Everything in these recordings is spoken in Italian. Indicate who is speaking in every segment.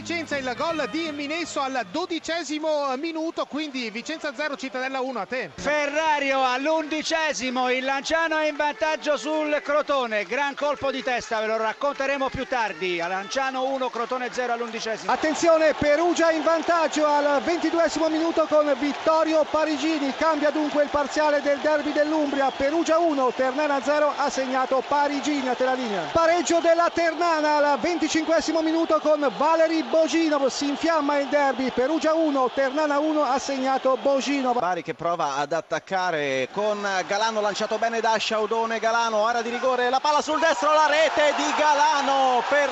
Speaker 1: Vicenza, il gol di Minesso al 12° minuto, quindi Vicenza 0, Cittadella 1. A te.
Speaker 2: Ferrario all'11°, il Lanciano è in vantaggio sul Crotone, gran colpo di testa, ve lo racconteremo più tardi. Lanciano 1, Crotone 0 all'11°.
Speaker 3: Attenzione, Perugia in vantaggio al 22° minuto con Vittorio Parigini, cambia dunque il parziale del derby dell'Umbria. Perugia 1, Ternana 0, ha segnato Parigini. A te la linea. Pareggio della Ternana al 25° minuto con Valeri Boginov, si infiamma il derby. Perugia 1, Ternana 1, ha segnato Boginov.
Speaker 4: Bari che prova ad attaccare con Galano, lanciato bene da Sciaudone. Galano, area di rigore, la palla sul destro, la rete di Galano per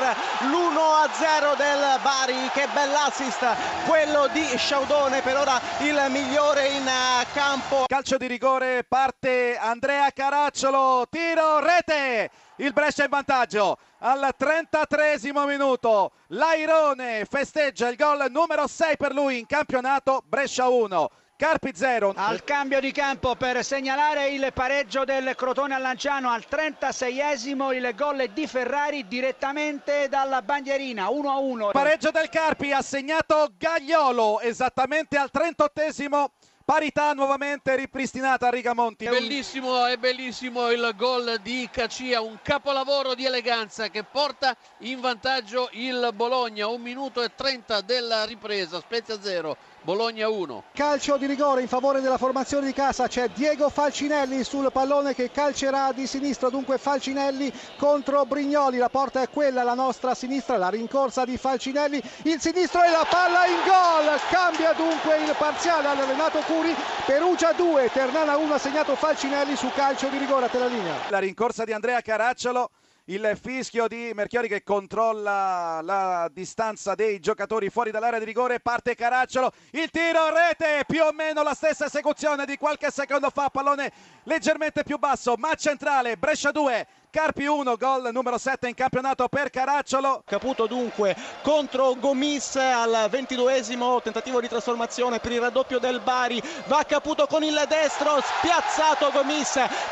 Speaker 4: l'1-0 del Bari. Che bell'assist quello di Sciaudone, per ora il migliore in campo.
Speaker 5: Calcio di rigore, parte Andrea Caracciolo, tiro, rete, il Brescia in vantaggio al 33° minuto. Lairone festeggia il gol numero 6 per lui in campionato. Brescia 1, Carpi 0.
Speaker 2: Al cambio di campo per segnalare il pareggio del Crotone al Lanciano al 36°, il gol di Ferrari direttamente dalla bandierina, 1-1.
Speaker 5: Pareggio del Carpi, ha segnato Gagliolo esattamente al 38°. Parità nuovamente ripristinata a Rigamonti.
Speaker 6: È bellissimo il gol di Cacia, un capolavoro di eleganza che porta in vantaggio il Bologna. 1 minuto e 30 della ripresa, Spezia 0, Bologna 1.
Speaker 3: Calcio di rigore in favore della formazione di casa, c'è Diego Falcinelli sul pallone che calcerà di sinistra, dunque Falcinelli contro Brignoli, la porta è quella, la nostra sinistra, la rincorsa di Falcinelli, il sinistro e la palla in gol, cambia dunque il parziale al Renato Curi. Perugia 2, Ternana 1, ha segnato Falcinelli su calcio di rigore. A te la linea.
Speaker 5: La rincorsa di Andrea Caracciolo, il fischio di Merchiori che controlla la distanza dei giocatori fuori dall'area di rigore, parte Caracciolo, il tiro, rete, più o meno la stessa esecuzione di qualche secondo fa, pallone leggermente più basso, ma centrale. Brescia 2, Carpi 1, gol numero 7 in campionato per Caracciolo.
Speaker 4: Caputo dunque contro Gomis al 22°, tentativo di trasformazione per il raddoppio del Bari, va Caputo con il destro, spiazzato Gomis,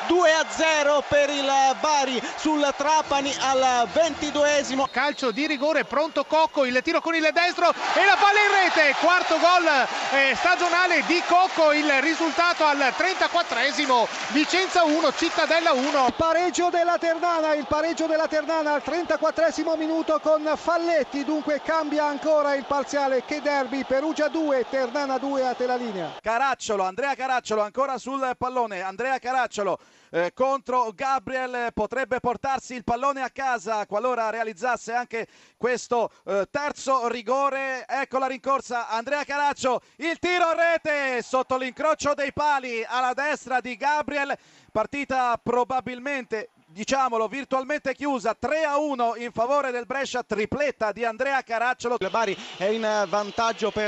Speaker 4: 2-0 per il Bari sul Trapani al 22°.
Speaker 1: Calcio di rigore, pronto Cocco, il tiro con il destro e la palla in rete, quarto gol stagionale di Cocco, il risultato al 34°, Vicenza 1, Cittadella 1.
Speaker 3: Pareggio della Ternana, il pareggio della Ternana al 34° minuto con Falletti, dunque cambia ancora il parziale. Che derby, Perugia 2, Ternana 2. A te la linea.
Speaker 5: Caracciolo, Andrea Caracciolo ancora sul pallone, Andrea Caracciolo contro Gabriel, potrebbe portarsi il pallone a casa qualora realizzasse anche questo terzo rigore. Ecco la rincorsa, Andrea Caracciolo, il tiro a rete sotto l'incrocio dei pali alla destra di Gabriel, partita probabilmente, diciamolo, virtualmente chiusa, 3-1 in favore del Brescia, tripletta di Andrea Caracciolo.
Speaker 4: Il Bari è in vantaggio per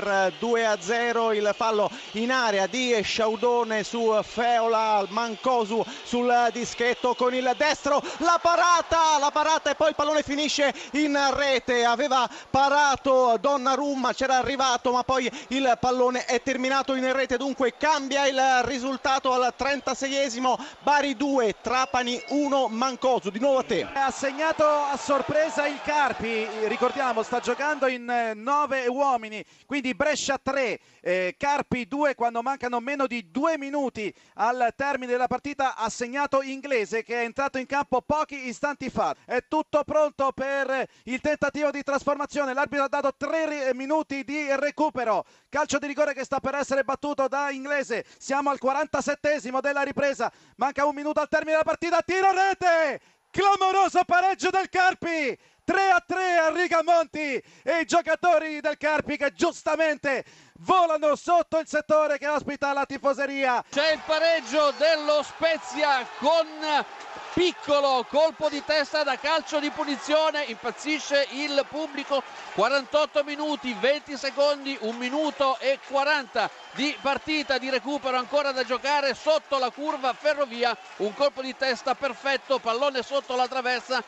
Speaker 4: 2-0, il fallo in area di Sciaudone su Feola, Mancosu sul dischetto con il destro, la parata e poi il pallone finisce in rete. Aveva parato Donnarumma, c'era arrivato, ma poi il pallone è terminato in rete, dunque cambia il risultato al 36°, Bari 2, Trapani 1. Mancosu, di nuovo a te.
Speaker 5: Ha segnato a sorpresa il Carpi, ricordiamo sta giocando in 9 uomini, quindi Brescia 3, Carpi 2, quando mancano meno di 2 minuti al termine della partita ha segnato Inglese che è entrato in campo pochi istanti fa. È tutto pronto per il tentativo di trasformazione, l'arbitro ha dato 3 minuti di recupero, calcio di rigore che sta per essere battuto da Inglese, siamo al 47° della ripresa, manca 1 minuto al termine della partita, tiro rete, clamoroso pareggio del Carpi, 3-3 a Rigamonti e i giocatori del Carpi che giustamente volano sotto il settore che ospita la tifoseria.
Speaker 6: C'è il pareggio dello Spezia con piccolo colpo di testa da calcio di punizione, impazzisce il pubblico. 48 minuti, 20 secondi, 1 minuto e 40 di partita, di recupero ancora da giocare sotto la curva Ferrovia, un colpo di testa perfetto, pallone sotto la traversa